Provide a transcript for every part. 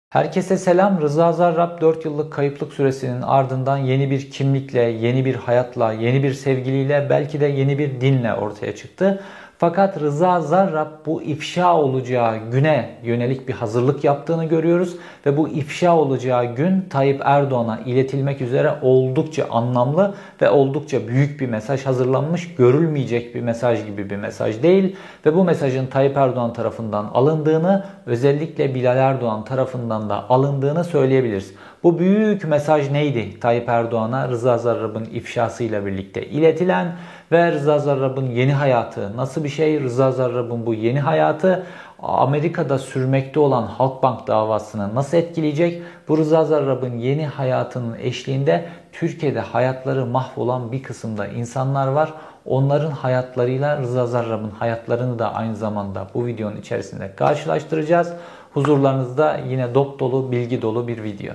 Herkese selam. Rıza Zarrab 4 yıllık kayıplık süresinin ardından yeni bir kimlikle, yeni bir hayatla, yeni bir sevgiliyle, belki de yeni bir dinle ortaya çıktı. Fakat Rıza Zarrab bu ifşa olacağı güne yönelik bir hazırlık yaptığını görüyoruz ve bu ifşa olacağı gün Tayyip Erdoğan'a iletilmek üzere oldukça anlamlı ve oldukça büyük bir mesaj hazırlanmış, görülmeyecek bir mesaj gibi bir mesaj değil ve bu mesajın Tayyip Erdoğan tarafından alındığını, özellikle Bilal Erdoğan tarafından da alındığını söyleyebiliriz. Bu büyük mesaj neydi? Tayyip Erdoğan'a Rıza Zarrab'ın ifşasıyla birlikte iletilen ve Rıza Zarrab'ın yeni hayatı nasıl bir şey? Rıza Zarrab'ın bu yeni hayatı Amerika'da sürmekte olan Halkbank davasını nasıl etkileyecek? Bu Rıza Zarrab'ın yeni hayatının eşliğinde Türkiye'de hayatları mahvolan bir kısımda insanlar var. Onların hayatlarıyla Rıza Zarrab'ın hayatlarını da aynı zamanda bu videonun içerisinde karşılaştıracağız. Huzurlarınızda yine dop dolu, bilgi dolu bir video.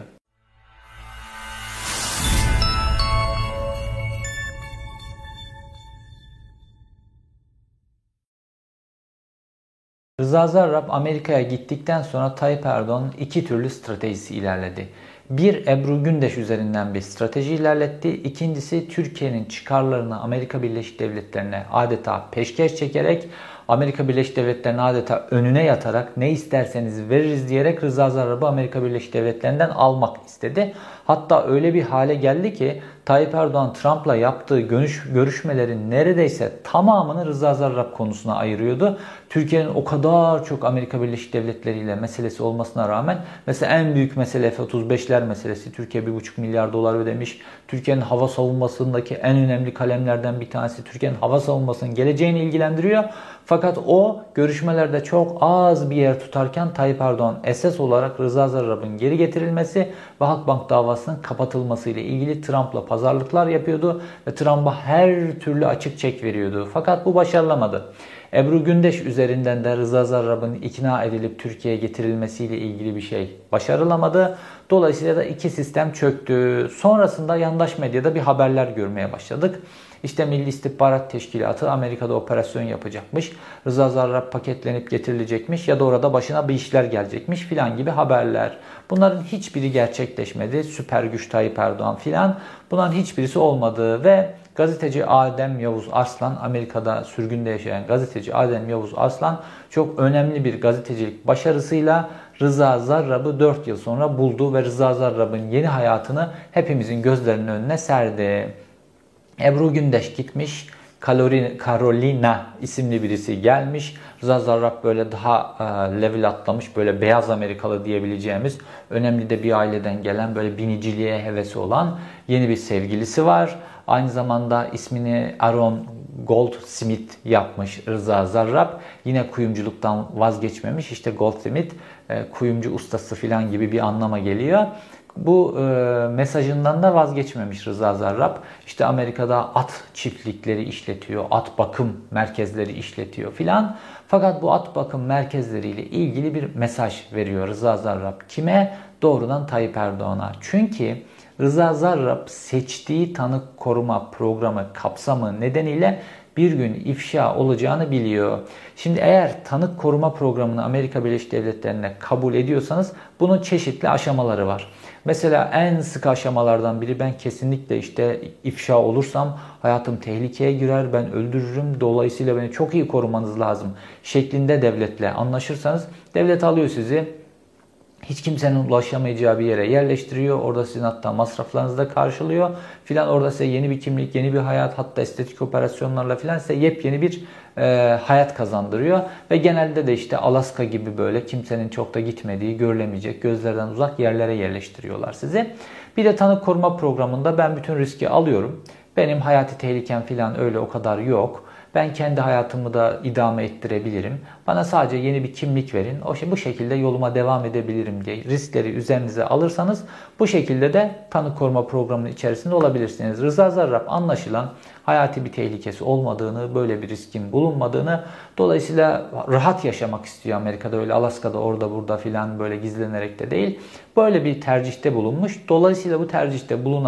Rıza Zarrab Amerika'ya gittikten sonra Tayyip Erdoğan'ın iki türlü stratejisi ilerledi. Bir, Ebru Gündeş üzerinden bir strateji ilerletti. İkincisi, Türkiye'nin çıkarlarını Amerika Birleşik Devletleri'ne adeta peşkeş çekerek, Amerika Birleşik Devletleri'ne adeta önüne yatarak ne isterseniz veririz diyerek Rıza Zarrab'ı Amerika Birleşik Devletleri'nden almak istedi. Hatta öyle bir hale geldi ki Tayyip Erdoğan Trump'la yaptığı görüşmelerin neredeyse tamamını Rıza Zarrab konusuna ayırıyordu. Türkiye'nin o kadar çok Amerika Birleşik Devletleri ile meselesi olmasına rağmen mesela en büyük mesele F-35'ler meselesi. Türkiye 1,5 milyar dolar ödemiş. Türkiye'nin hava savunmasındaki en önemli kalemlerden bir tanesi Türkiye'nin hava savunmasının geleceğini ilgilendiriyor. Fakat o görüşmelerde çok az bir yer tutarken Tayyip Erdoğan esas olarak Rıza Zarrab'ın geri getirilmesi ve Halkbank davasının kapatılması ile ilgili Trump'la pazarlıklar yapıyordu ve Trump'a her türlü açık çek veriyordu. Fakat bu başarılamadı. Ebru Gündeş üzerinden de Rıza Zarrab'ın ikna edilip Türkiye'ye getirilmesiyle ilgili bir şey başarılamadı. Dolayısıyla da iki sistem çöktü. Sonrasında yandaş medyada bir haberler görmeye başladık. İşte Milli İstihbarat Teşkilatı Amerika'da operasyon yapacakmış. Rıza Zarrab paketlenip getirilecekmiş ya da orada başına bir işler gelecekmiş filan gibi haberler. Bunların hiçbiri gerçekleşmedi. Süper güç Tayyip Erdoğan filan. Bunların hiçbirisi olmadı ve gazeteci Adem Yavuz Arslan, Amerika'da sürgünde yaşayan gazeteci Adem Yavuz Arslan çok önemli bir gazetecilik başarısıyla Rıza Zarrab'ı 4 yıl sonra buldu ve Rıza Zarrab'ın yeni hayatını hepimizin gözlerinin önüne serdi. Ebru Gündeş gitmiş, Carolina isimli birisi gelmiş. Rıza Zarrab böyle daha level atlamış, böyle beyaz Amerikalı diyebileceğimiz önemli de bir aileden gelen, böyle biniciliğe hevesi olan yeni bir sevgilisi var. Aynı zamanda ismini Aaron Goldsmith yapmış Rıza Zarrab. Yine kuyumculuktan vazgeçmemiş. İşte Goldsmith kuyumcu ustası falan gibi bir anlama geliyor. Bu mesajından da vazgeçmemiş Rıza Zarrab. İşte Amerika'da at çiftlikleri işletiyor, at bakım merkezleri işletiyor filan. Fakat bu at bakım merkezleriyle ilgili bir mesaj veriyor Rıza Zarrab. Kime? Doğrudan Tayyip Erdoğan'a. Çünkü Rıza Zarrab seçtiği tanık koruma programı kapsamı nedeniyle bir gün ifşa olacağını biliyor. Şimdi eğer tanık koruma programını Amerika Birleşik Devletleri'ne kabul ediyorsanız bunun çeşitli aşamaları var. Mesela en sık aşamalardan biri, ben kesinlikle işte ifşa olursam hayatım tehlikeye girer, ben öldürürüm, dolayısıyla beni çok iyi korumanız lazım şeklinde devletle anlaşırsanız devlet alıyor sizi. Hiç kimsenin ulaşamayacağı bir yere yerleştiriyor. Orada sizin hatta masraflarınızı da karşılıyor filan. Orada size yeni bir kimlik, yeni bir hayat, hatta estetik operasyonlarla filan size yepyeni bir hayat kazandırıyor. Ve genelde de işte Alaska gibi böyle kimsenin çok da gitmediği, görülemeyecek, gözlerden uzak yerlere yerleştiriyorlar sizi. Bir de tanık koruma programında ben bütün riski alıyorum. Benim hayati tehlikem filan öyle o kadar yok. Ben kendi hayatımı da idame ettirebilirim. Bana sadece yeni bir kimlik verin. Bu şekilde yoluma devam edebilirim diye riskleri üzerinize alırsanız bu şekilde de tanık koruma programının içerisinde olabilirsiniz. Rıza Zarrab anlaşılan hayati bir tehlikesi olmadığını, böyle bir riskin bulunmadığını, dolayısıyla rahat yaşamak istiyor Amerika'da, öyle Alaska'da orada burada filan böyle gizlenerek de değil. Böyle bir tercihte bulunmuş. Dolayısıyla bu tercihte bulunan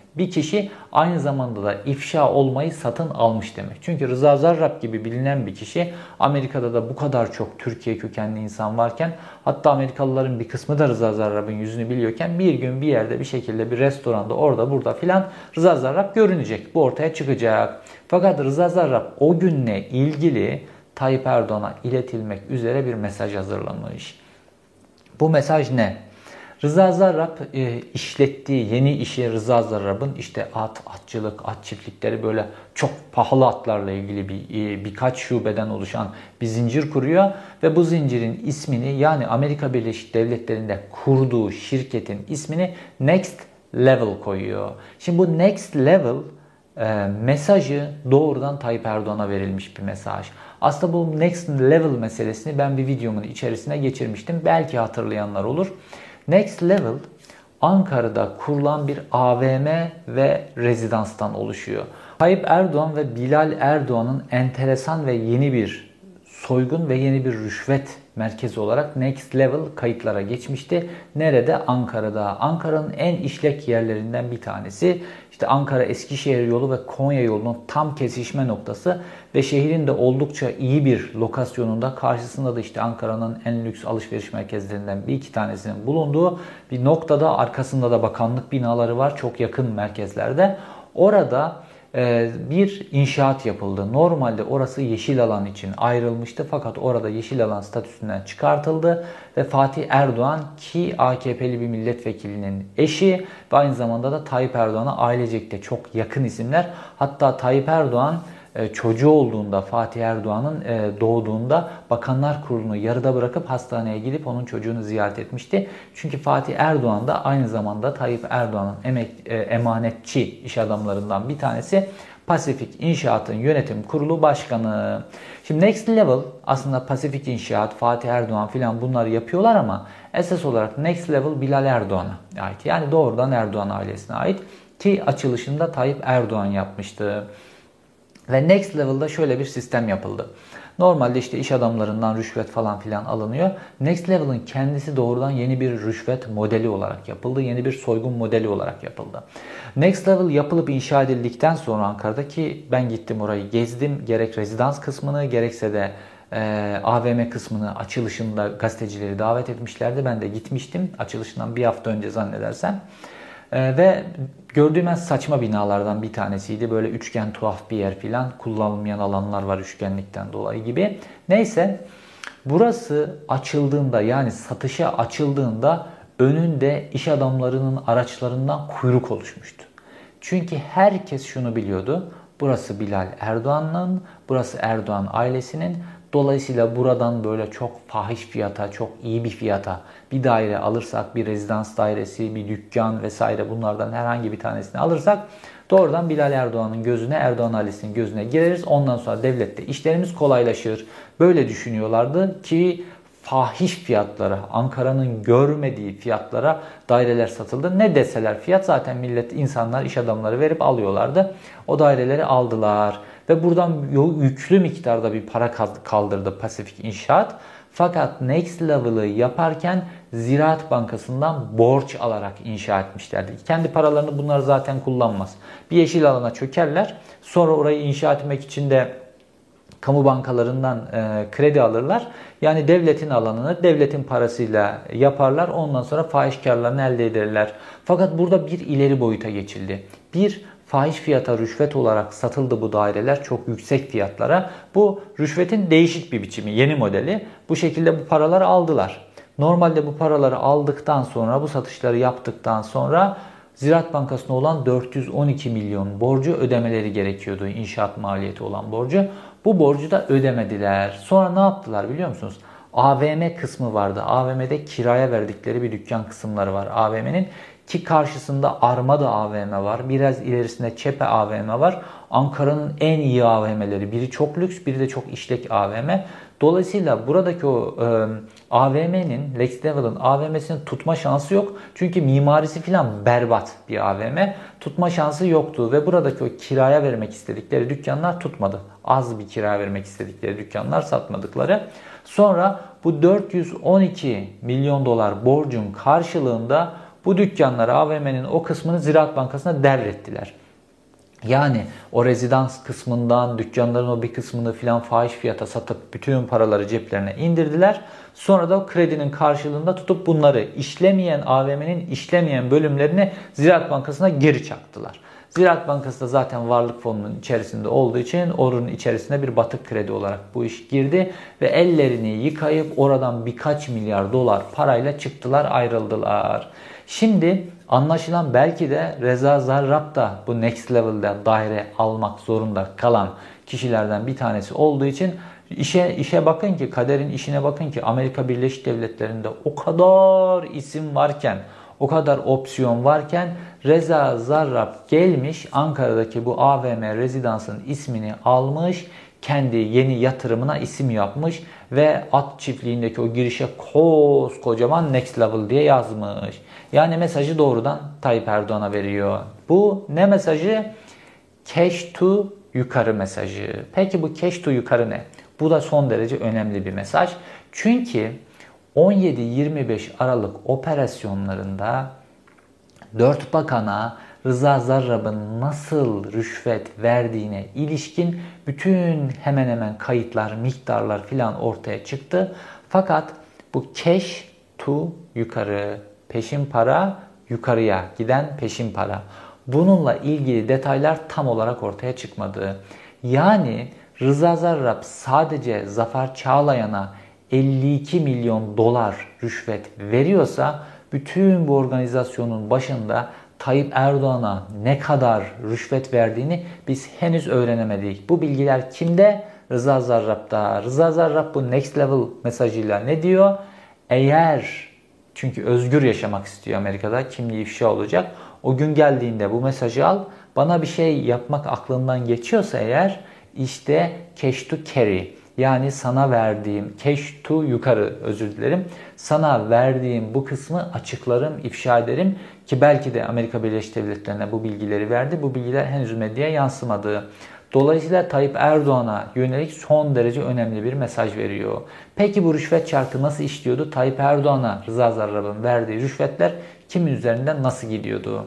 bir kişi aynı zamanda da ifşa olmayı satın almış demek. Çünkü Rıza Zarrab gibi bilinen bir kişi, Amerika'da da bu kadar çok Türkiye kökenli insan varken, hatta Amerikalıların bir kısmı da Rıza Zarrab'ın yüzünü biliyorken, bir gün bir yerde bir şekilde bir restoranda orada burada filan Rıza Zarrab görünecek. Bu ortaya çıkacak. Fakat Rıza Zarrab o günle ilgili Tayyip Erdoğan'a iletilmek üzere bir mesaj hazırlamış. Bu mesaj ne? Rıza Zarrab işlettiği yeni işi, Rıza Zarrab'ın işte atçılık, at çiftlikleri, böyle çok pahalı atlarla ilgili birkaç şubeden oluşan bir zincir kuruyor ve bu zincirin ismini, yani Amerika Birleşik Devletleri'nde kurduğu şirketin ismini Next Level koyuyor. Şimdi bu Next Level mesajı doğrudan Tayyip Erdoğan'a verilmiş bir mesaj. Aslında bu Next Level meselesini ben bir videomun içerisine geçirmiştim. Belki hatırlayanlar olur. Next Level Ankara'da kurulan bir AVM ve rezidanstan oluşuyor. Tayyip Erdoğan ve Bilal Erdoğan'ın enteresan ve yeni bir soygun ve yeni bir rüşvet merkezi olarak Next Level kayıtlara geçmişti. Nerede? Ankara'da. Ankara'nın en işlek yerlerinden bir tanesi. İşte Ankara-Eskişehir yolu ve Konya yolunun tam kesişme noktası ve şehrin de oldukça iyi bir lokasyonunda, karşısında da işte Ankara'nın en lüks alışveriş merkezlerinden bir iki tanesinin bulunduğu bir noktada, arkasında da bakanlık binaları var çok yakın merkezlerde. Orada bir inşaat yapıldı. Normalde orası yeşil alan için ayrılmıştı fakat orada yeşil alan statüsünden çıkartıldı ve Fatih Erdoğan, ki AKP'li bir milletvekilinin eşi ve aynı zamanda da Tayyip Erdoğan'a ailecek de çok yakın isimler. Hatta Tayyip Erdoğan çocuğu olduğunda, Fatih Erdoğan'ın doğduğunda Bakanlar Kurulu'nu yarıda bırakıp hastaneye gidip onun çocuğunu ziyaret etmişti. Çünkü Fatih Erdoğan da aynı zamanda Tayyip Erdoğan'ın emanetçi iş adamlarından bir tanesi. Pasifik İnşaat'ın yönetim kurulu başkanı. Şimdi Next Level aslında Pasifik İnşaat, Fatih Erdoğan filan bunları yapıyorlar ama esas olarak Next Level Bilal Erdoğan'a ait. Yani doğrudan Erdoğan ailesine ait, ki açılışında Tayyip Erdoğan yapmıştı. Ve Next Level'da şöyle bir sistem yapıldı. Normalde işte iş adamlarından rüşvet falan filan alınıyor. Next Level'ın kendisi doğrudan yeni bir rüşvet modeli olarak yapıldı. Yeni bir soygun modeli olarak yapıldı. Next Level yapılıp inşa edildikten sonra Ankara'da, ki ben gittim orayı gezdim. Gerek rezidans kısmını gerekse de AVM kısmını, açılışında gazetecileri davet etmişlerdi. Ben de gitmiştim. Açılışından bir hafta önce zannedersem. Ve gördüğüm en saçma binalardan bir tanesiydi. Böyle üçgen tuhaf bir yer filan. Kullanılmayan alanlar var üçgenlikten dolayı gibi. Neyse, burası açıldığında, yani satışa açıldığında önünde iş adamlarının araçlarından kuyruk oluşmuştu. Çünkü herkes şunu biliyordu. Burası Bilal Erdoğan'ın, burası Erdoğan ailesinin. Dolayısıyla buradan böyle çok fahiş fiyata, çok iyi bir fiyata bir daire alırsak, bir rezidans dairesi, bir dükkan vesaire, bunlardan herhangi bir tanesini alırsak doğrudan Bilal Erdoğan'ın gözüne, Erdoğan ailesinin gözüne gireriz. Ondan sonra devlette işlerimiz kolaylaşır. Böyle düşünüyorlardı ki fahiş fiyatlara, Ankara'nın görmediği fiyatlara daireler satıldı. Ne deseler fiyat, zaten millet, insanlar, iş adamları verip alıyorlardı. O daireleri aldılar ve buradan yüklü miktarda bir para kaldırdı Pasifik İnşaat. Fakat Next Level'ı yaparken Ziraat Bankası'ndan borç alarak inşa etmişlerdi. Kendi paralarını bunlar zaten kullanmaz. Bir yeşil alana çökerler. Sonra orayı inşa etmek için de kamu bankalarından kredi alırlar. Yani devletin alanını devletin parasıyla yaparlar. Ondan sonra fahiş karlarını elde ederler. Fakat burada bir ileri boyuta geçildi. Bir fahiş fiyata rüşvet olarak satıldı bu daireler, çok yüksek fiyatlara. Bu rüşvetin değişik bir biçimi, yeni modeli. Bu şekilde bu paraları aldılar. Normalde bu paraları aldıktan sonra, bu satışları yaptıktan sonra Ziraat Bankası'na olan 412 milyon borcu ödemeleri gerekiyordu. İnşaat maliyeti olan borcu. Bu borcu da ödemediler. Sonra ne yaptılar biliyor musunuz? AVM kısmı vardı. AVM'de kiraya verdikleri bir dükkan kısımları var AVM'nin. Ki karşısında Armada AVM var. Biraz ilerisinde Çepe AVM var. Ankara'nın en iyi AVM'leri. Biri çok lüks, biri de çok işlek AVM. Dolayısıyla buradaki o AVM'nin, Next Level'ın AVM'sinin tutma şansı yok. Çünkü mimarisi falan berbat bir AVM. Tutma şansı yoktu ve buradaki o kiraya vermek istedikleri dükkanlar tutmadı. Az bir kiraya vermek istedikleri dükkanlar satmadıkları. Sonra bu 412 milyon dolar borcun karşılığında bu dükkanları, AVM'nin o kısmını Ziraat Bankası'na devrettiler. Yani o rezidans kısmından dükkanların o bir kısmını filan fahiş fiyata satıp bütün paraları ceplerine indirdiler. Sonra da o kredinin karşılığında tutup bunları işlemeyen AVM'nin işlemeyen bölümlerini Ziraat Bankası'na geri çaktılar. Ziraat Bankası da zaten varlık fonunun içerisinde olduğu için oranın içerisine bir batık kredi olarak bu iş girdi ve ellerini yıkayıp oradan birkaç milyar dolar parayla çıktılar, ayrıldılar. Şimdi anlaşılan belki de Reza Zarrab da bu next level'da daire almak zorunda kalan kişilerden bir tanesi olduğu için işe bakın ki, kaderin işine bakın ki Amerika Birleşik Devletleri'nde o kadar isim varken, o kadar opsiyon varken Reza Zarrab gelmiş Ankara'daki bu AVM rezidansın ismini almış, kendi yeni yatırımına isim yapmış ve at çiftliğindeki o girişe koskocaman next level diye yazmış. Yani mesajı doğrudan Tayyip Erdoğan'a veriyor. Bu ne mesajı? Cash to yukarı mesajı. Peki bu cash to yukarı ne? Bu da son derece önemli bir mesaj. Çünkü 17-25 Aralık operasyonlarında 4 bakana Reza Zarrab'ın nasıl rüşvet verdiğine ilişkin bütün hemen hemen kayıtlar, miktarlar filan ortaya çıktı. Fakat bu cash to yukarı, peşin para yukarıya giden peşin para. Bununla ilgili detaylar tam olarak ortaya çıkmadı. Yani Reza Zarrab sadece Zafer Çağlayan'a 52 milyon dolar rüşvet veriyorsa bütün bu organizasyonun başında Tayyip Erdoğan'a ne kadar rüşvet verdiğini biz henüz öğrenemedik. Bu bilgiler kimde? Reza Zarrab'da. Reza Zarrab bu next level mesajıyla ne diyor? Çünkü özgür yaşamak istiyor Amerika'da, kimliği ifşa olacak. O gün geldiğinde bu mesajı al. Bana bir şey yapmak aklından geçiyorsa eğer işte cash to carry. Yani sana verdiğim cash to yukarı, özür dilerim. Sana verdiğim bu kısmı açıklarım, ifşa ederim ki belki de Amerika Birleşik Devletleri'ne bu bilgileri verdi. Bu bilgiler henüz medyaya yansımadı. Dolayısıyla Tayyip Erdoğan'a yönelik son derece önemli bir mesaj veriyor. Peki bu rüşvet çarkı nasıl işliyordu? Tayyip Erdoğan'a Reza Zarrab'ın verdiği rüşvetler kimin üzerinden nasıl gidiyordu?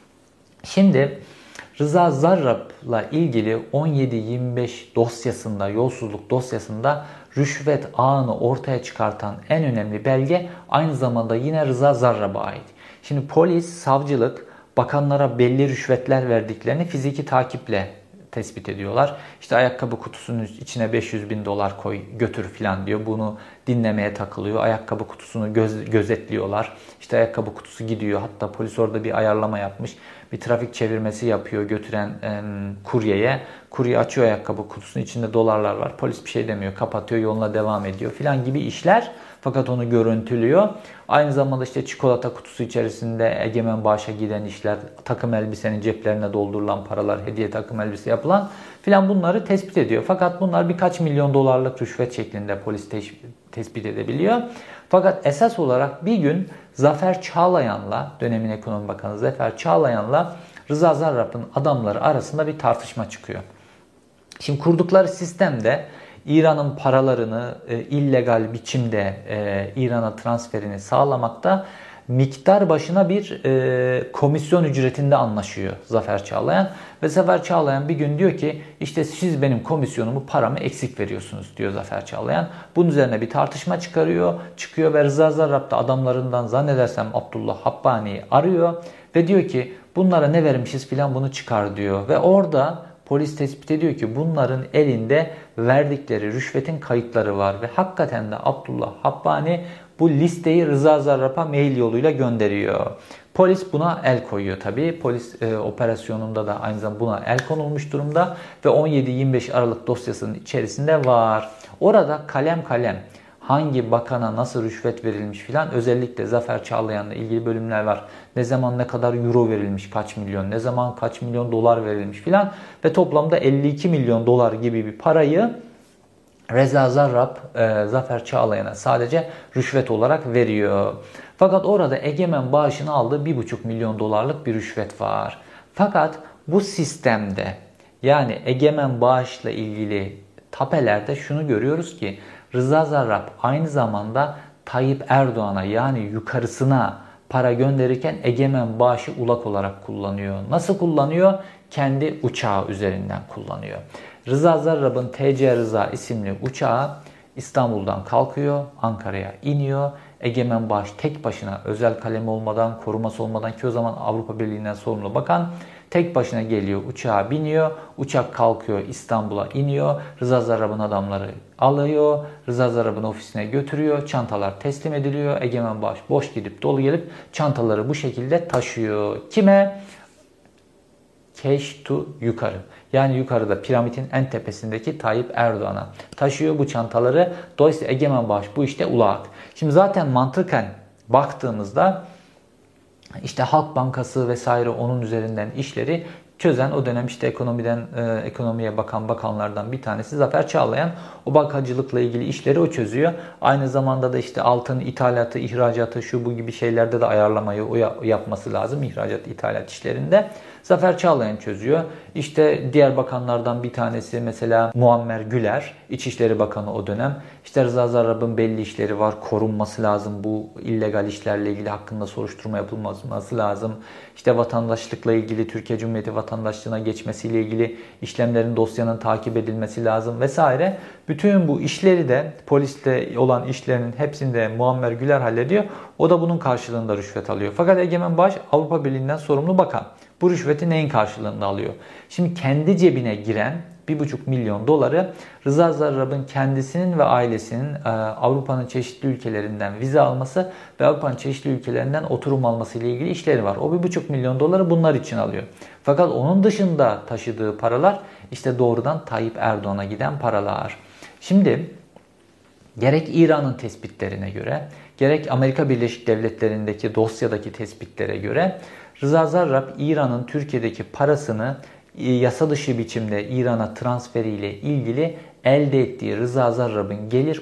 Şimdi Reza Zarrab'la ilgili 17-25 dosyasında, yolsuzluk dosyasında rüşvet ağını ortaya çıkartan en önemli belge aynı zamanda yine Reza Zarrab'a ait. Şimdi polis, savcılık bakanlara belli rüşvetler verdiklerini fiziki takiple tespit ediyorlar. İşte ayakkabı kutusunun içine 500 bin dolar koy götür filan diyor. Bunu dinlemeye takılıyor. Ayakkabı kutusunu gözetliyorlar. İşte ayakkabı kutusu gidiyor. Hatta polis orada bir ayarlama yapmış. Bir trafik çevirmesi yapıyor götüren kuryeye. Kurye açıyor ayakkabı kutusunun içinde dolarlar var. Polis bir şey demiyor. Kapatıyor, yoluna devam ediyor filan gibi işler. Fakat onu görüntülüyor. Aynı zamanda işte çikolata kutusu içerisinde egemen bağışa giden işler, takım elbisenin ceplerine doldurulan paralar, hediye takım elbise yapılan filan bunları tespit ediyor. Fakat bunlar birkaç milyon dolarlık rüşvet şeklinde polis tespit edebiliyor. Fakat esas olarak bir gün Zafer Çağlayan'la, dönemin ekonomi bakanı Zafer Çağlayan'la Reza Zarrab'ın adamları arasında bir tartışma çıkıyor. Şimdi kurdukları sistemde İran'ın paralarını illegal biçimde İran'a transferini sağlamakta miktar başına bir komisyon ücretinde anlaşıyor Zafer Çağlayan. Ve Zafer Çağlayan bir gün diyor ki işte siz benim komisyonumu, paramı eksik veriyorsunuz diyor Zafer Çağlayan. Bunun üzerine bir tartışma çıkıyor ve Reza Zarrab da adamlarından zannedersem Abdullah Habbani'yi arıyor ve diyor ki bunlara ne vermişiz filan bunu çıkar diyor. Ve orada polis tespit ediyor ki bunların elinde verdikleri rüşvetin kayıtları var ve hakikaten de Abdullah Habbani bu listeyi Reza Zarrab'a mail yoluyla gönderiyor. Polis buna el koyuyor tabii. Polis operasyonunda da aynı zamanda buna el konulmuş durumda ve 17-25 Aralık dosyasının içerisinde var. Orada kalem kalem hangi bakana nasıl rüşvet verilmiş filan, özellikle Zafer Çağlayan'la ilgili bölümler var. Ne zaman ne kadar euro verilmiş, kaç milyon, ne zaman kaç milyon dolar verilmiş filan ve toplamda 52 milyon dolar gibi bir parayı Reza Zarrab Zafer Çağlayan'a sadece rüşvet olarak veriyor. Fakat orada egemen bağışını aldığı 1,5 milyon dolarlık bir rüşvet var. Fakat bu sistemde, yani egemen bağışla ilgili tapelerde şunu görüyoruz ki Reza Zarrab aynı zamanda Tayyip Erdoğan'a, yani yukarısına para gönderirken Egemen Bağış'ı ulak olarak kullanıyor. Nasıl kullanıyor? Kendi uçağı üzerinden kullanıyor. Rıza Zarrab'ın TC Rıza isimli uçağı İstanbul'dan kalkıyor, Ankara'ya iniyor. Egemen Bağış tek başına, özel kalemi olmadan, koruması olmadan, ki o zaman Avrupa Birliği'nden sorumlu bakan, tek başına geliyor, uçağa biniyor. Uçak kalkıyor, İstanbul'a iniyor. Rıza Zarrab'ın adamları alıyor. Rıza Zarrab'ın ofisine götürüyor. Çantalar teslim ediliyor. Egemen Bağış boş gidip dolu gelip çantaları bu şekilde taşıyor. Kime? Keştu yukarı. Yani yukarıda piramidin en tepesindeki Tayyip Erdoğan'a taşıyor bu çantaları. Dolayısıyla Egemen Bağış bu işte ulak. Şimdi zaten mantıken baktığımızda işte Halk Bankası vesaire onun üzerinden işleri çözen, o dönem işte ekonomiye bakan bakanlardan bir tanesi Zafer Çağlayan. O bankacılıkla ilgili işleri o çözüyor. Aynı zamanda da işte altın ithalatı, ihracatı, şu bu gibi şeylerde de ayarlamayı o yapması lazım, ihracat, ithalat işlerinde. Zafer Çağlayan çözüyor. İşte diğer bakanlardan bir tanesi mesela Muammer Güler, İçişleri Bakanı o dönem. İşte Rıza Zarrab'ın belli işleri var, korunması lazım. Bu illegal işlerle ilgili hakkında soruşturma yapılması lazım. İşte vatandaşlıkla ilgili, Türkiye Cumhuriyeti vatandaşlığına geçmesiyle ilgili işlemlerin, dosyanın takip edilmesi lazım vesaire. Bütün bu işleri de, poliste olan işlerinin hepsini de Muammer Güler hallediyor. O da bunun karşılığında rüşvet alıyor. Fakat Egemen Bağış Avrupa Birliği'nden sorumlu bakan. Bu rüşveti neyin karşılığında alıyor? Şimdi kendi cebine giren 1,5 milyon doları Rıza Zarrab'ın kendisinin ve ailesinin Avrupa'nın çeşitli ülkelerinden vize alması ve Avrupa'nın çeşitli ülkelerinden oturum alması ile ilgili işleri var. O 1,5 milyon doları bunlar için alıyor. Fakat onun dışında taşıdığı paralar işte doğrudan Tayyip Erdoğan'a giden paralar. Şimdi gerek İran'ın tespitlerine göre, gerek Amerika Birleşik Devletleri'ndeki dosyadaki tespitlere göre Rıza Zarrab İran'ın Türkiye'deki parasını yasa dışı biçimde İran'a transferiyle ilgili elde ettiği Rıza Zarrab'ın gelir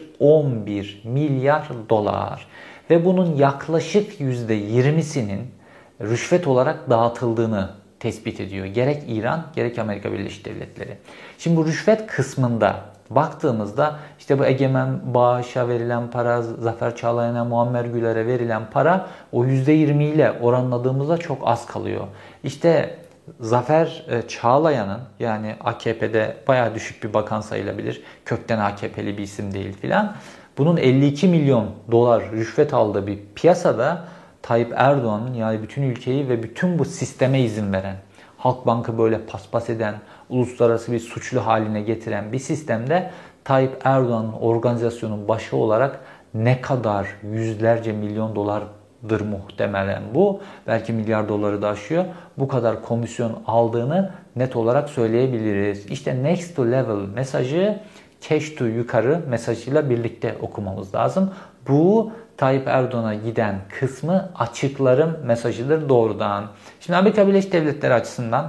11 milyar dolar. Ve bunun yaklaşık %20'sinin rüşvet olarak dağıtıldığını tespit ediyor. Gerek İran, gerek Amerika Birleşik Devletleri. Şimdi bu rüşvet kısmında baktığımızda işte bu Egemen Bağış'a verilen para, Zafer Çağlayan'a, Muammer Güler'e verilen para o %20 ile oranladığımızda çok az kalıyor. İşte Zafer Çağlayan'ın, yani AKP'de bayağı düşük bir bakan sayılabilir, kökten AKP'li bir isim değil filan, bunun 52 milyon dolar rüşvet aldığı bir piyasada Tayyip Erdoğan'ın, yani bütün ülkeyi ve bütün bu sisteme izin veren, Halkbank'ı böyle paspas eden, uluslararası bir suçlu haline getiren bir sistemde Tayyip Erdoğan'ın organizasyonun başı olarak ne kadar yüzlerce milyon dolardır muhtemelen bu, belki milyar doları da aşıyor, bu kadar komisyon aldığını net olarak söyleyebiliriz. İşte next to level mesajı cash to yukarı mesajıyla birlikte okumamız lazım. Bu Tayyip Erdoğan'a giden kısmı açıklarım mesajıdır doğrudan. Şimdi Amerika Birleşik Devletleri açısından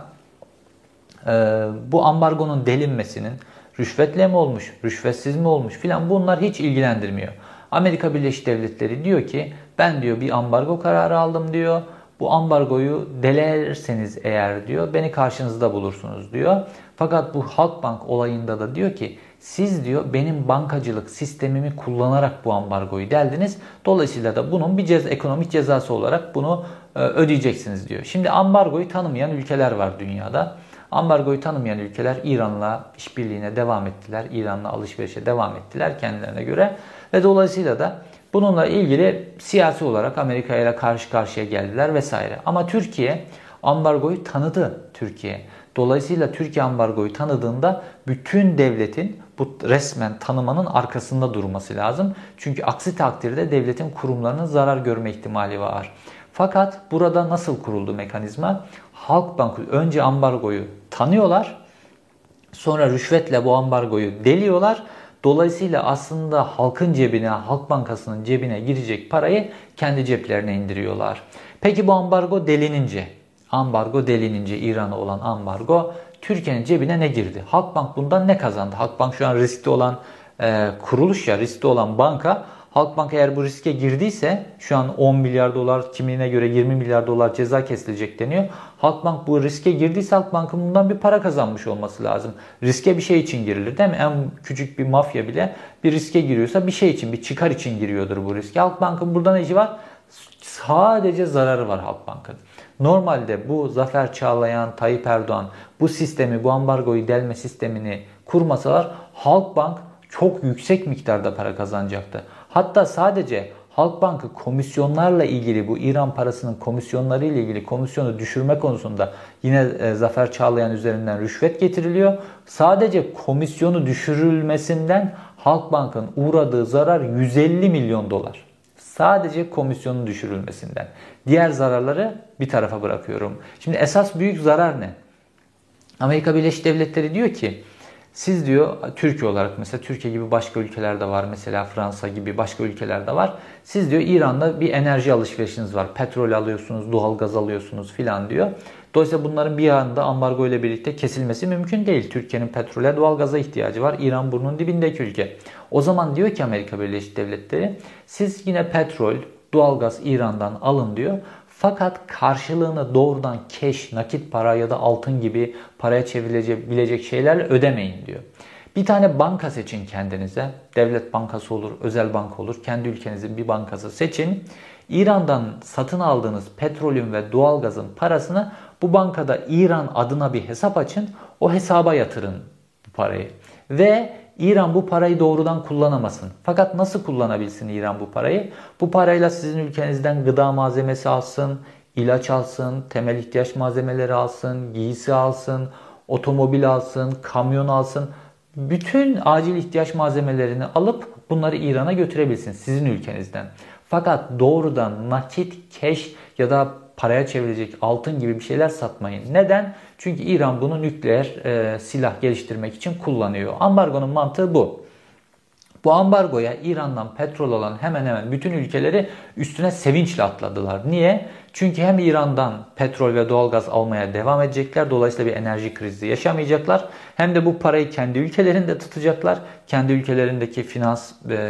bu ambargonun delinmesinin rüşvetle mi olmuş, rüşvetsiz mi olmuş filan, bunlar hiç ilgilendirmiyor. Amerika Birleşik Devletleri diyor ki ben diyor bir ambargo kararı aldım diyor. Bu ambargoyu delerseniz eğer diyor beni karşınızda bulursunuz diyor. Fakat bu Halkbank olayında da diyor ki siz diyor benim bankacılık sistemimi kullanarak bu ambargoyu deldiniz. Dolayısıyla da bunun bir ekonomik cezası olarak bunu ödeyeceksiniz diyor. Şimdi ambargoyu tanımayan ülkeler var dünyada. Ambargoyu tanımayan ülkeler İran'la işbirliğine devam ettiler. İran'la alışverişe devam ettiler kendilerine göre. Ve dolayısıyla da bununla ilgili siyasi olarak Amerika ile karşı karşıya geldiler vesaire. Ama Türkiye ambargoyu tanıdı Türkiye. Dolayısıyla Türkiye ambargoyu tanıdığında bütün devletin bu resmen tanımanın arkasında durması lazım. Çünkü aksi takdirde devletin kurumlarının zarar görme ihtimali var. Fakat burada nasıl kuruldu mekanizma? Halkbank önce ambargoyu tanıyorlar. Sonra rüşvetle bu ambargoyu deliyorlar. Dolayısıyla aslında halkın cebine, Halk Bankası'nın cebine girecek parayı kendi ceplerine indiriyorlar. Peki bu ambargo delinince İran'a olan ambargo Türkiye'nin cebine ne girdi? Halkbank bundan ne kazandı? Halkbank şu an riskli olan kuruluş ya, riskli olan banka. Halkbank eğer bu riske girdiyse şu an 10 milyar dolar, kimine göre 20 milyar dolar ceza kesilecek deniyor. Halkbank bu riske girdiyse Halkbank'ın bundan bir para kazanmış olması lazım. Riske bir şey için girilir değil mi? En küçük bir mafya bile bir riske giriyorsa bir şey için, bir çıkar için giriyordur bu riske. Halkbank'ın burada ne işi var? Sadece zararı var Halkbank'ın. Normalde bu Zafer Çağlayan, Tayyip Erdoğan bu sistemi, bu ambargoyu delme sistemini kurmasalar Halkbank çok yüksek miktarda para kazanacaktı. Hatta sadece Halkbank'ı komisyonlarla ilgili, bu İran parasının komisyonları ile ilgili komisyonu düşürme konusunda yine Zafer Çağlayan üzerinden rüşvet getiriliyor. Sadece komisyonu düşürülmesinden Halkbank'ın uğradığı zarar 150 milyon dolar. Sadece komisyonun düşürülmesinden. Diğer zararları bir tarafa bırakıyorum. Şimdi esas büyük zarar ne? Amerika Birleşik Devletleri diyor ki siz diyor Türkiye olarak, mesela Türkiye gibi başka ülkelerde var, mesela Fransa gibi başka ülkelerde var. Siz diyor İran'da bir enerji alışverişiniz var. Petrol alıyorsunuz, doğal gaz alıyorsunuz filan diyor. Dolayısıyla bunların bir anda ambargo ile birlikte kesilmesi mümkün değil. Türkiye'nin petrole, doğal gaza ihtiyacı var. İran burnunun dibindeki ülke. O zaman diyor ki Amerika Birleşik Devletleri siz yine petrol, doğal gaz İran'dan alın diyor. Fakat karşılığını doğrudan cash, nakit para ya da altın gibi paraya çevrilebilecek şeylerle ödemeyin diyor. Bir tane banka seçin kendinize. Devlet bankası olur, özel banka olur. Kendi ülkenizin bir bankası seçin. İran'dan satın aldığınız petrolün ve doğalgazın parasını bu bankada İran adına bir hesap açın. O hesaba yatırın bu parayı. Ve İran bu parayı doğrudan kullanamasın. Fakat nasıl kullanabilsin İran bu parayı? Bu parayla sizin ülkenizden gıda malzemesi alsın, ilaç alsın, temel ihtiyaç malzemeleri alsın, giysi alsın, otomobil alsın, kamyon alsın. Bütün acil ihtiyaç malzemelerini alıp bunları İran'a götürebilsin sizin ülkenizden. Fakat doğrudan nakit, cash ya da paraya çevirecek altın gibi bir şeyler satmayın. Neden? Çünkü İran bunu nükleer silah geliştirmek için kullanıyor. Ambargonun mantığı bu. Bu ambargoya İran'dan petrol alan hemen hemen bütün ülkeleri üstüne sevinçle atladılar. Niye? Çünkü hem İran'dan petrol ve doğalgaz almaya devam edecekler. Dolayısıyla bir enerji krizi yaşamayacaklar. Hem de bu parayı kendi ülkelerinde tutacaklar. Kendi ülkelerindeki finans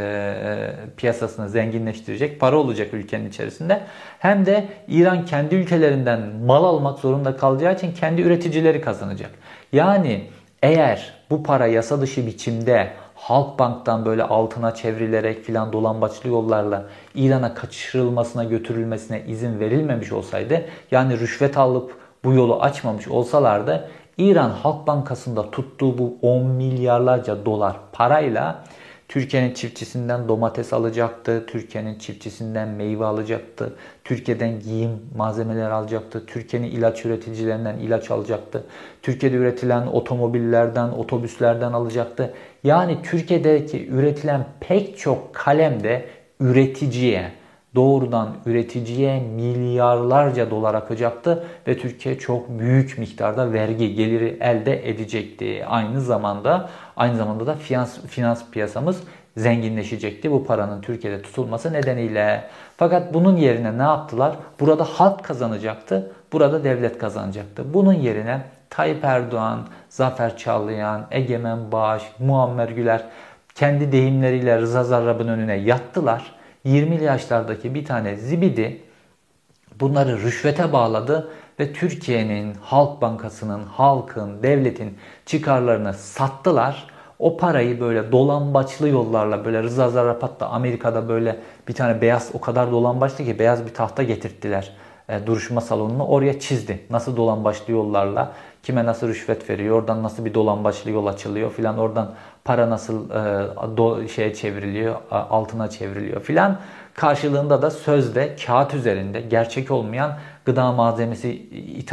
piyasasını zenginleştirecek para olacak ülkenin içerisinde. Hem de İran kendi ülkelerinden mal almak zorunda kalacağı için kendi üreticileri kazanacak. Yani eğer bu para yasa dışı biçimde Halkbank'tan böyle altına çevrilerek filan dolambaçlı yollarla İran'a kaçırılmasına, götürülmesine izin verilmemiş olsaydı, yani rüşvet alıp bu yolu açmamış olsalardı, İran Halk Bankası'nda tuttuğu bu 10 milyarlarca dolar parayla Türkiye'nin çiftçisinden domates alacaktı, Türkiye'nin çiftçisinden meyve alacaktı, Türkiye'den giyim malzemeleri alacaktı, Türkiye'nin ilaç üreticilerinden ilaç alacaktı, Türkiye'de üretilen otomobillerden, otobüslerden alacaktı. Yani Türkiye'deki üretilen pek çok kalemde üreticiye, doğrudan üreticiye milyarlarca dolar akacaktı ve Türkiye çok büyük miktarda vergi geliri elde edecekti. Aynı zamanda da finans piyasamız zenginleşecekti bu paranın Türkiye'de tutulması nedeniyle. Fakat bunun yerine ne yaptılar? Burada halk kazanacaktı, burada devlet kazanacaktı. Bunun yerine Tayyip Erdoğan, Zafer Çağlayan, Egemen Bağış, Muammer Güler kendi deyimleriyle Rıza Zarrab'ın önüne yattılar. 20'li yaşlardaki bir tane zibidi bunları rüşvete bağladı ve Türkiye'nin, Halk Bankası'nın, halkın, devletin çıkarlarını sattılar. O parayı böyle dolambaçlı yollarla, böyle Rıza Zarrab hatta Amerika'da böyle bir tane beyaz, o kadar dolambaçlı ki beyaz bir tahta getirttiler duruşma salonunu, oraya çizdi. Nasıl dolambaçlı yollarla, kime nasıl rüşvet veriyor, oradan nasıl bir dolambaçlı yol açılıyor filan, oradan para nasıl şeye çevriliyor, altına çevriliyor filan. Karşılığında da sözde, kağıt üzerinde gerçek olmayan gıda malzemesi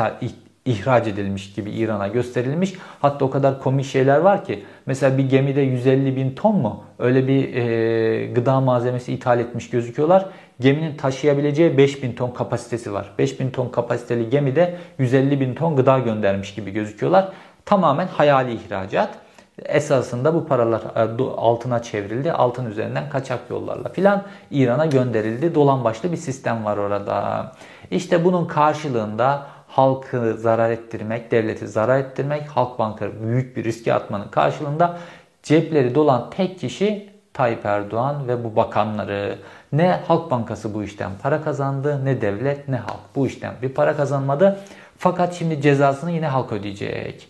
ihraç edilmiş gibi İran'a gösterilmiş. Hatta o kadar komik şeyler var ki, mesela bir gemide 150 bin ton mu öyle bir gıda malzemesi ithal etmiş gözüküyorlar. Geminin taşıyabileceği 5 bin ton kapasitesi var. 5 bin ton kapasiteli gemide 150 bin ton gıda göndermiş gibi gözüküyorlar. Tamamen hayali ihracat. Esasında bu paralar altına çevrildi. Altın üzerinden kaçak yollarla filan İran'a gönderildi. Dolambaçlı bir sistem var orada. İşte bunun karşılığında halkı zarar ettirmek, devleti zarar ettirmek, Halkbank'ı büyük bir riske atmanın karşılığında cepleri dolan tek kişi Tayyip Erdoğan ve bu bakanları. Ne Halk Bankası bu işten para kazandı, ne devlet, ne halk bu işten bir para kazanmadı. Fakat şimdi cezasını yine halk ödeyecek.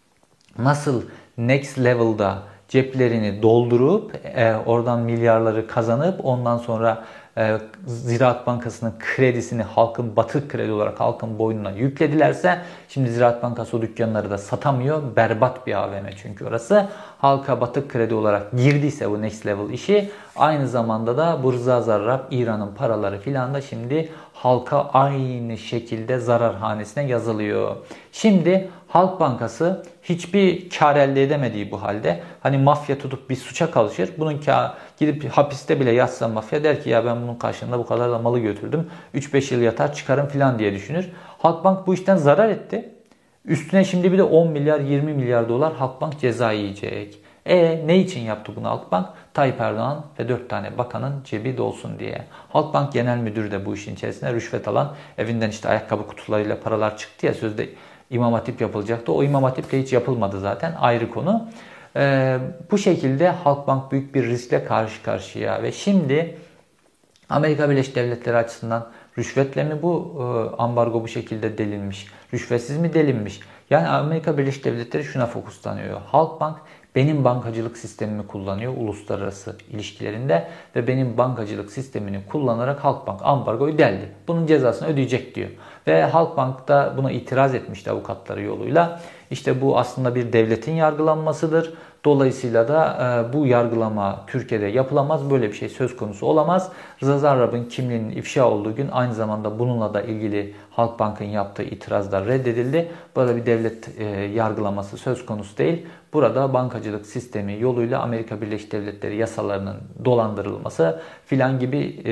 Nasıl next level'da ceplerini doldurup oradan milyarları kazanıp ondan sonra Ziraat Bankası'nın kredisini halkın batık kredi olarak halkın boynuna yükledilerse şimdi Ziraat Bankası o dükkanları da satamıyor. Berbat bir AVM çünkü orası. Halka batık kredi olarak girdiyse bu next level işi, aynı zamanda da bu Rıza Zarrab, İran'ın paraları filan da şimdi halka aynı şekilde zarar hanesine yazılıyor. Şimdi Halk Bankası hiçbir kar elde edemediği bu halde, hani mafya tutup bir suça kalışır. Bunun gidip hapiste bile yatsa mafya der ki ya ben bunun karşılığında bu kadar da malı götürdüm. 3-5 yıl yatar çıkarım filan diye düşünür. Halkbank bu işten zarar etti. Üstüne şimdi bir de 10 milyar 20 milyar dolar Halkbank ceza yiyecek. Ne için yaptı bunu Halkbank? Tayyip Erdoğan ve 4 tane bakanın cebi dolsun diye. Halkbank Genel Müdürü de bu işin içerisinde rüşvet alan, evinden işte ayakkabı kutularıyla paralar çıktı ya, sözde İmam Hatip yapılacaktı. O İmam Hatip de hiç yapılmadı zaten, ayrı konu. Bu şekilde Halkbank büyük bir riskle karşı karşıya ve şimdi Amerika Birleşik Devletleri açısından rüşvetle mi bu ambargo bu şekilde delinmiş? Rüşvetsiz mi delinmiş? Yani Amerika Birleşik Devletleri şuna fokuslanıyor. Halkbank benim bankacılık sistemimi kullanıyor uluslararası ilişkilerinde ve benim bankacılık sistemini kullanarak Halkbank ambargoyu deldi. Bunun cezasını ödeyecek diyor. Ve Halkbank da buna itiraz etmişti avukatları yoluyla. İşte bu aslında bir devletin yargılanmasıdır. Dolayısıyla da bu yargılama Türkiye'de yapılamaz. Böyle bir şey söz konusu olamaz. Rıza Zarrab'ın kimliğinin ifşa olduğu gün aynı zamanda bununla da ilgili Halkbank'ın yaptığı itirazlar reddedildi. Burada bir devlet yargılaması söz konusu değil. Burada bankacılık sistemi yoluyla Amerika Birleşik Devletleri yasalarının dolandırılması filan gibi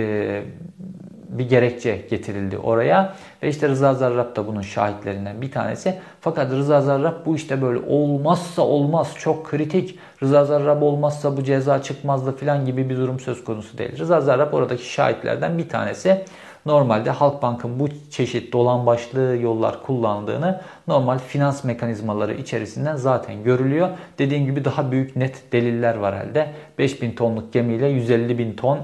bir gerekçe getirildi oraya. Ve işte Rıza Zarrab da bunun şahitlerinden bir tanesi. Fakat Rıza Zarrab bu işte böyle olmazsa olmaz, çok kritik, Rıza Zarrab olmazsa bu ceza çıkmazdı filan gibi bir durum söz konusu değil. Rıza Zarrab oradaki şahitlerden bir tanesi. Normalde Halkbank'ın bu çeşit dolambaçlı yollar kullandığını normal finans mekanizmaları içerisinden zaten görülüyor. Dediğim gibi daha büyük net deliller var elde. 5000 tonluk gemiyle 150 bin ton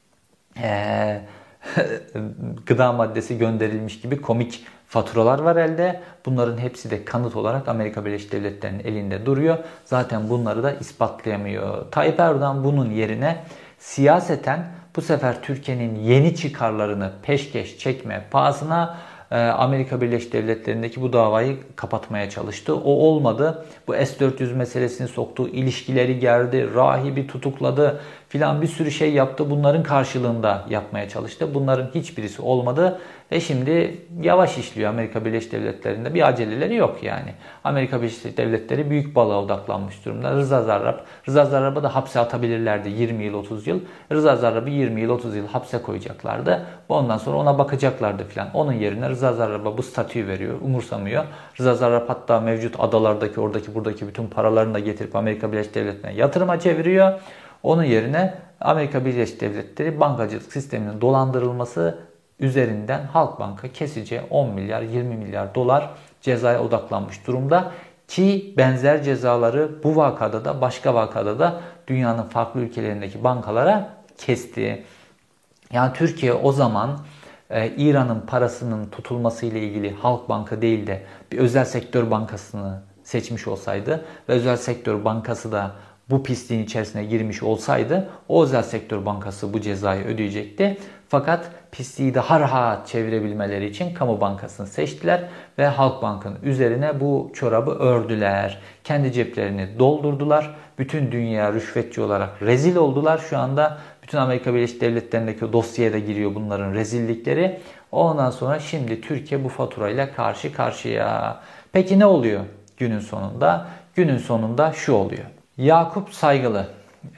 gıda maddesi gönderilmiş gibi komik faturalar var elde. Bunların hepsi de kanıt olarak Amerika Birleşik Devletleri'nin elinde duruyor. Zaten bunları da ispatlayamıyor. Tayyip Erdoğan bunun yerine siyaseten bu sefer Türkiye'nin yeni çıkarlarını peşkeş çekme pahasına Amerika Birleşik Devletleri'ndeki bu davayı kapatmaya çalıştı. O olmadı. Bu S-400 meselesini soktu, ilişkileri gerdi, rahibi tutukladı filan, bir sürü şey yaptı. Bunların karşılığında yapmaya çalıştı. Bunların hiçbirisi olmadı ve şimdi yavaş işliyor Amerika Birleşik Devletleri'nde. Bir aceleleri yok yani. Amerika Birleşik Devletleri büyük balığa odaklanmış durumda. Rıza Zarrab'ı da hapse atabilirlerdi 20 yıl 30 yıl. Rıza Zarrab'ı 20 yıl 30 yıl hapse koyacaklardı. Ondan sonra ona bakacaklardı filan. Onun yerine Rıza Zarrab'a bu statüyü veriyor, umursamıyor. Rıza Zarrab hatta mevcut adalardaki, oradaki, buradaki bütün paralarını da getirip Amerika Birleşik Devletleri'ne yatırıma çeviriyor. Onun yerine Amerika Birleşik Devletleri bankacılık sisteminin dolandırılması üzerinden Halkbank'a kesici 10 milyar 20 milyar dolar cezaya odaklanmış durumda. Ki benzer cezaları bu vakada da başka vakada da dünyanın farklı ülkelerindeki bankalara kesti. Yani Türkiye o zaman İran'ın parasının tutulması ile ilgili Halkbank'ı değil de bir özel sektör bankasını seçmiş olsaydı ve özel sektör bankası da bu pisliğin içerisine girmiş olsaydı o özel sektör bankası bu cezayı ödeyecekti. Fakat pisliği daha rahat çevirebilmeleri için kamu bankasını seçtiler ve Halkbank'ın üzerine bu çorabı ördüler. Kendi ceplerini doldurdular. Bütün dünya rüşvetçi olarak rezil oldular. Şu anda bütün Amerika Birleşik Devletleri'ndeki o dosyaya da giriyor bunların rezillikleri. Ondan sonra şimdi Türkiye bu faturayla karşı karşıya. Peki ne oluyor günün sonunda? Günün sonunda şu oluyor. Yakup Saygılı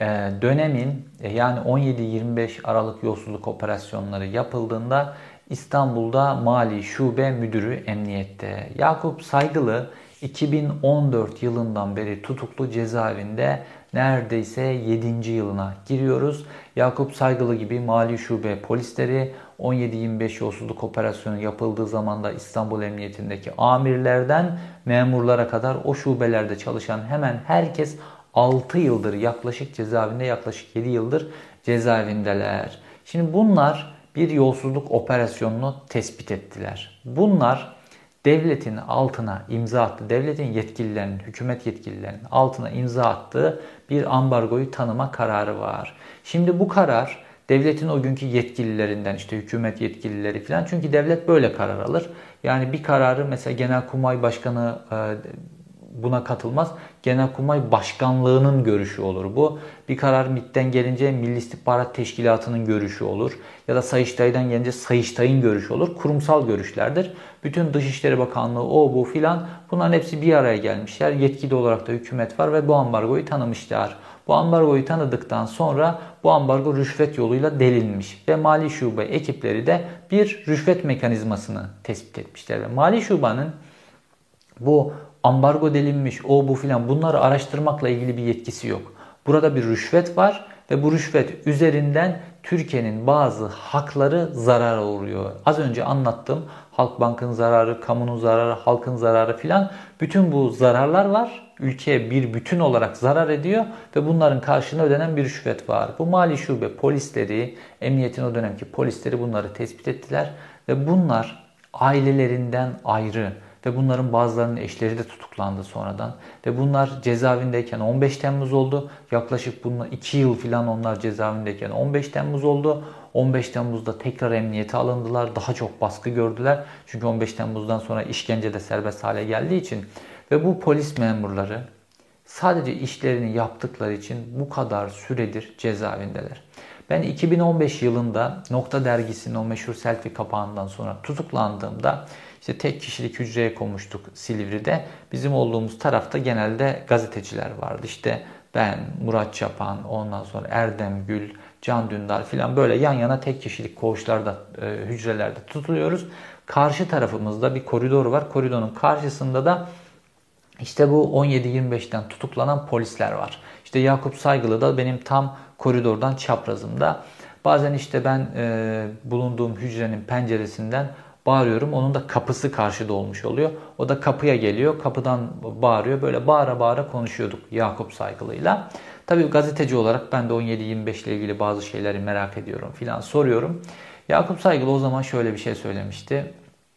dönemin yani 17-25 Aralık yolsuzluk operasyonları yapıldığında İstanbul'da Mali Şube Müdürü emniyette. Yakup Saygılı 2014 yılından beri tutuklu, cezaevinde neredeyse 7. yılına giriyoruz. Yakup Saygılı gibi Mali Şube polisleri 17-25 yolsuzluk operasyonu yapıldığı zaman da İstanbul Emniyetindeki amirlerden memurlara kadar o şubelerde çalışan hemen herkes 6 yıldır yaklaşık cezaevinde, yaklaşık 7 yıldır cezaevindeler. Şimdi bunlar bir yolsuzluk operasyonunu tespit ettiler. Bunlar devletin altına imza attı. Devletin yetkililerinin, hükümet yetkililerinin altına imza attığı bir ambargoyu tanıma kararı var. Şimdi bu karar devletin o günkü yetkililerinden, işte hükümet yetkilileri falan. Çünkü devlet böyle karar alır. Yani bir kararı mesela Genelkurmay Başkanı buna katılmaz. Genelkurmay Başkanlığı'nın görüşü olur bu. Bir karar MİT'ten gelince Milli İstihbarat Teşkilatı'nın görüşü olur. Ya da Sayıştay'dan gelince Sayıştay'ın görüşü olur. Kurumsal görüşlerdir. Bütün Dışişleri Bakanlığı o bu filan bunların hepsi bir araya gelmişler. Yetkili olarak da hükümet var ve bu ambargoyu tanımışlar. Bu ambargoyu tanıdıktan sonra bu ambargo rüşvet yoluyla delinmiş ve Mali Şube ekipleri de bir rüşvet mekanizmasını tespit etmişler. Ve Mali Şube'nin bu ambargo delinmiş, o bu filan bunları araştırmakla ilgili bir yetkisi yok. Burada bir rüşvet var ve bu rüşvet üzerinden Türkiye'nin bazı hakları zarara uğruyor. Az önce anlattım. Halkbank'ın zararı, kamunun zararı, halkın zararı filan. Bütün bu zararlar var. Ülkeye bir bütün olarak zarar ediyor ve bunların karşılığında ödenen bir rüşvet var. Bu Mali Şube polisleri, emniyetin o dönemki polisleri bunları tespit ettiler ve bunlar ailelerinden ayrı ve bunların bazılarının eşleri de tutuklandı sonradan. Ve bunlar cezaevindeyken 15 Temmuz oldu. Yaklaşık bununla 2 yıl falan onlar cezaevindeyken 15 Temmuz oldu. 15 Temmuz'da tekrar emniyete alındılar. Daha çok baskı gördüler. Çünkü 15 Temmuz'dan sonra işkence de serbest hale geldiği için. Ve bu polis memurları sadece işlerini yaptıkları için bu kadar süredir cezaevindeler. Ben 2015 yılında Nokta Dergisi'nin o meşhur selfie kapağından sonra tutuklandığımda işte tek kişilik hücreye konmuştuk Silivri'de. Bizim olduğumuz tarafta genelde gazeteciler vardı. İşte ben, Murat Çapan, ondan sonra Erdem Gül, Can Dündar filan böyle yan yana tek kişilik koğuşlarda, hücrelerde tutuluyoruz. Karşı tarafımızda bir koridor var. Koridorun karşısında da işte bu 17-25'ten tutuklanan polisler var. İşte Yakup Saygılı da benim tam koridordan çaprazımda. Bazen işte ben bulunduğum hücrenin penceresinden bağırıyorum. Onun da kapısı karşıda olmuş oluyor. O da kapıya geliyor. Kapıdan bağırıyor. Böyle bağıra bağıra konuşuyorduk Yakup Saygılı'yla. Tabii gazeteci olarak ben de 17-25 ile ilgili bazı şeyleri merak ediyorum filan soruyorum. Yakup Saygılı o zaman şöyle bir şey söylemişti.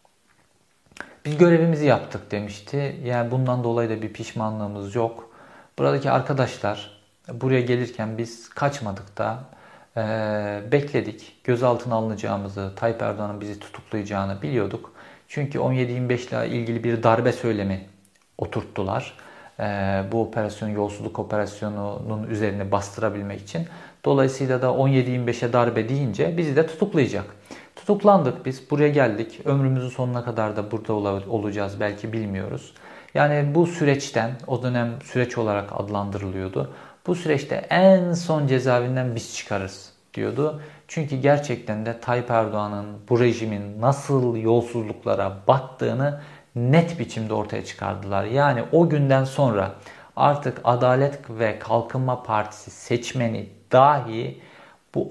Biz görevimizi yaptık demişti. Yani bundan dolayı da bir pişmanlığımız yok. Buradaki arkadaşlar buraya gelirken biz kaçmadık da bekledik. Gözaltına alınacağımızı, Tayyip Erdoğan'ın bizi tutuklayacağını biliyorduk. Çünkü 17-25 ile ilgili bir darbe söylemi oturttular. Bu operasyon, yolsuzluk operasyonunun üzerine bastırabilmek için. Dolayısıyla da 17-25'e darbe deyince bizi de tutuklayacak. Tutuklandık biz. Buraya geldik. Ömrümüzün sonuna kadar da burada olacağız belki bilmiyoruz. Yani bu süreçten, o dönem süreç olarak adlandırılıyordu. Bu süreçte en son cezaevinden biz çıkarız diyordu. Çünkü gerçekten de Tayyip Erdoğan'ın, bu rejimin nasıl yolsuzluklara battığını net biçimde ortaya çıkardılar. Yani o günden sonra artık Adalet ve Kalkınma Partisi seçmeni dahi bu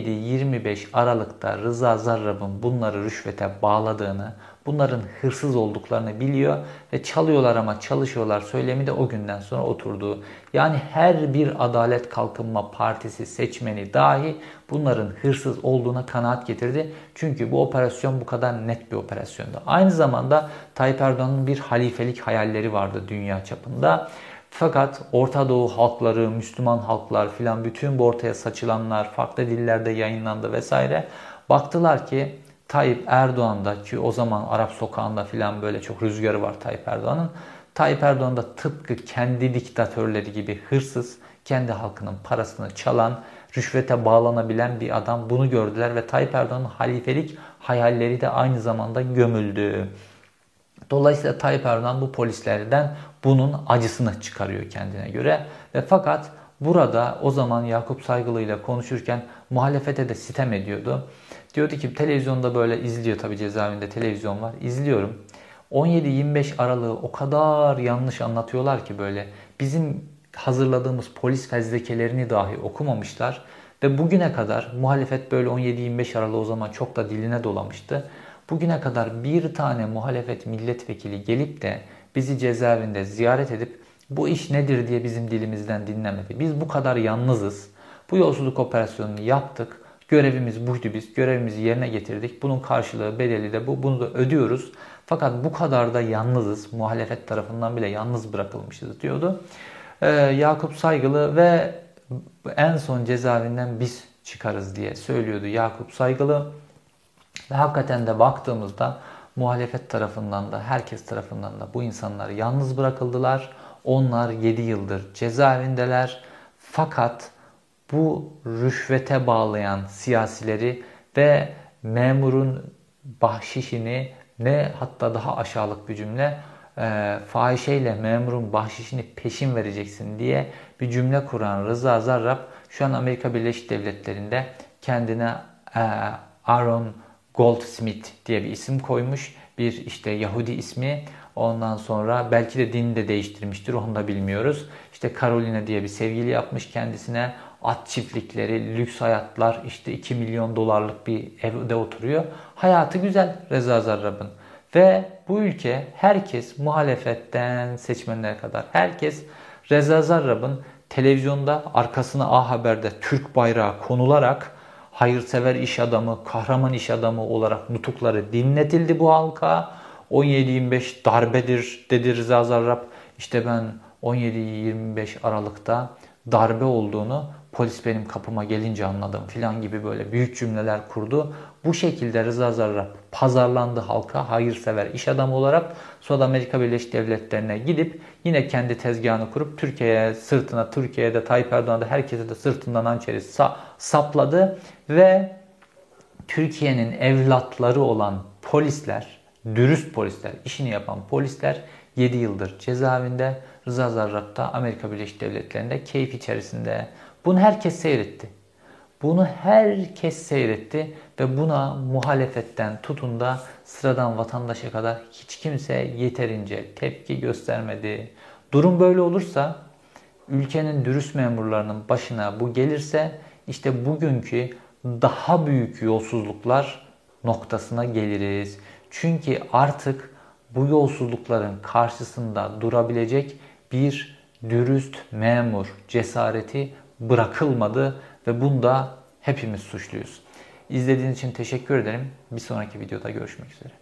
17-25 Aralık'ta Rıza Zarrab'ın bunları rüşvete bağladığını, bunların hırsız olduklarını biliyor ve çalıyorlar ama çalışıyorlar söylemi de o günden sonra oturdu. Yani her bir Adalet Kalkınma Partisi seçmeni dahi bunların hırsız olduğuna kanaat getirdi. Çünkü bu operasyon bu kadar net bir operasyondu. Aynı zamanda Tayyip Erdoğan'ın bir halifelik hayalleri vardı dünya çapında. Fakat Orta Doğu halkları, Müslüman halklar filan bütün bu ortaya saçılanlar farklı dillerde yayınlandı vesaire. Baktılar ki Tayyip Erdoğan'da ki o zaman Arap sokağında filan böyle çok rüzgarı var Tayyip Erdoğan'ın. Tayyip Erdoğan da tıpkı kendi diktatörleri gibi hırsız, kendi halkının parasını çalan, rüşvete bağlanabilen bir adam. Bunu gördüler ve Tayyip Erdoğan'ın halifelik hayalleri de aynı zamanda gömüldü. Dolayısıyla Tayyip Erdoğan bu polislerden bunun acısını çıkarıyor kendine göre. Ve fakat burada o zaman Yakup Saygılı ile konuşurken muhalefete de sitem ediyordu. Diyordu ki televizyonda böyle izliyor, tabii cezaevinde televizyon var, izliyorum. 17-25 Aralık'ı o kadar yanlış anlatıyorlar ki böyle bizim hazırladığımız polis fezlekelerini dahi okumamışlar. Ve bugüne kadar muhalefet böyle 17-25 Aralık o zaman çok da diline dolamıştı. Bugüne kadar bir tane muhalefet milletvekili gelip de bizi cezaevinde ziyaret edip bu iş nedir diye bizim dilimizden dinlemedi. Biz bu kadar yalnızız. Bu yolsuzluk operasyonunu yaptık. Görevimiz buydu biz. Görevimizi yerine getirdik. Bunun karşılığı bedeli de bu. Bunu da ödüyoruz. Fakat bu kadar da yalnızız. Muhalefet tarafından bile yalnız bırakılmışız diyordu. Yakup Saygılı ve en son cezaevinden biz çıkarız diye söylüyordu Yakup Saygılı. Ve hakikaten de baktığımızda muhalefet tarafından da herkes tarafından da bu insanlar yalnız bırakıldılar. Onlar 7 yıldır cezaevindeler. Fakat bu rüşvete bağlayan siyasileri ve memurun bahşişini, ne hatta daha aşağılık bir cümle, fahişeyle memurun bahşişini peşin vereceksin diye bir cümle kuran Rıza Zarrab şu an Amerika Birleşik Devletleri'nde kendine Aaron Goldsmith diye bir isim koymuş. Bir işte Yahudi ismi. Ondan sonra belki de dinini de değiştirmiştir. Onu da bilmiyoruz. İşte Carolina diye bir sevgili yapmış kendisine. At çiftlikleri, lüks hayatlar, işte 2 milyon dolarlık bir evde oturuyor. Hayatı güzel Reza Zarrab'ın. Ve bu ülke, herkes, muhalefetten seçmenlere kadar herkes Reza Zarrab'ın televizyonda arkasına A Haber'de Türk bayrağı konularak hayırsever iş adamı, kahraman iş adamı olarak nutukları dinletildi bu halka. 17-25 darbedir dedi Reza Zarrab. İşte ben 17-25 Aralık'ta darbe olduğunu polis benim kapıma gelince anladım filan gibi böyle büyük cümleler kurdu. Bu şekilde Rıza Zarrab pazarlandı halka hayırsever iş adamı olarak. Sonra da Amerika Birleşik Devletleri'ne gidip yine kendi tezgahını kurup Türkiye'ye sırtına, Türkiye'de Tayyip Erdoğan'da herkese de sırtından hançeri sapladı ve Türkiye'nin evlatları olan polisler, dürüst polisler, işini yapan polisler 7 yıldır cezaevinde. Rıza Zarrab da Amerika Birleşik Devletleri'nde keyif içerisinde. Bunu herkes seyretti. Bunu herkes seyretti ve buna muhalefetten tutun da sıradan vatandaşa kadar hiç kimse yeterince tepki göstermedi. Durum böyle olursa, ülkenin dürüst memurlarının başına bu gelirse işte bugünkü daha büyük yolsuzluklar noktasına geliriz. Çünkü artık bu yolsuzlukların karşısında durabilecek bir dürüst memur cesareti bırakılmadı ve bunda hepimiz suçluyuz. İzlediğiniz için teşekkür ederim. Bir sonraki videoda görüşmek üzere.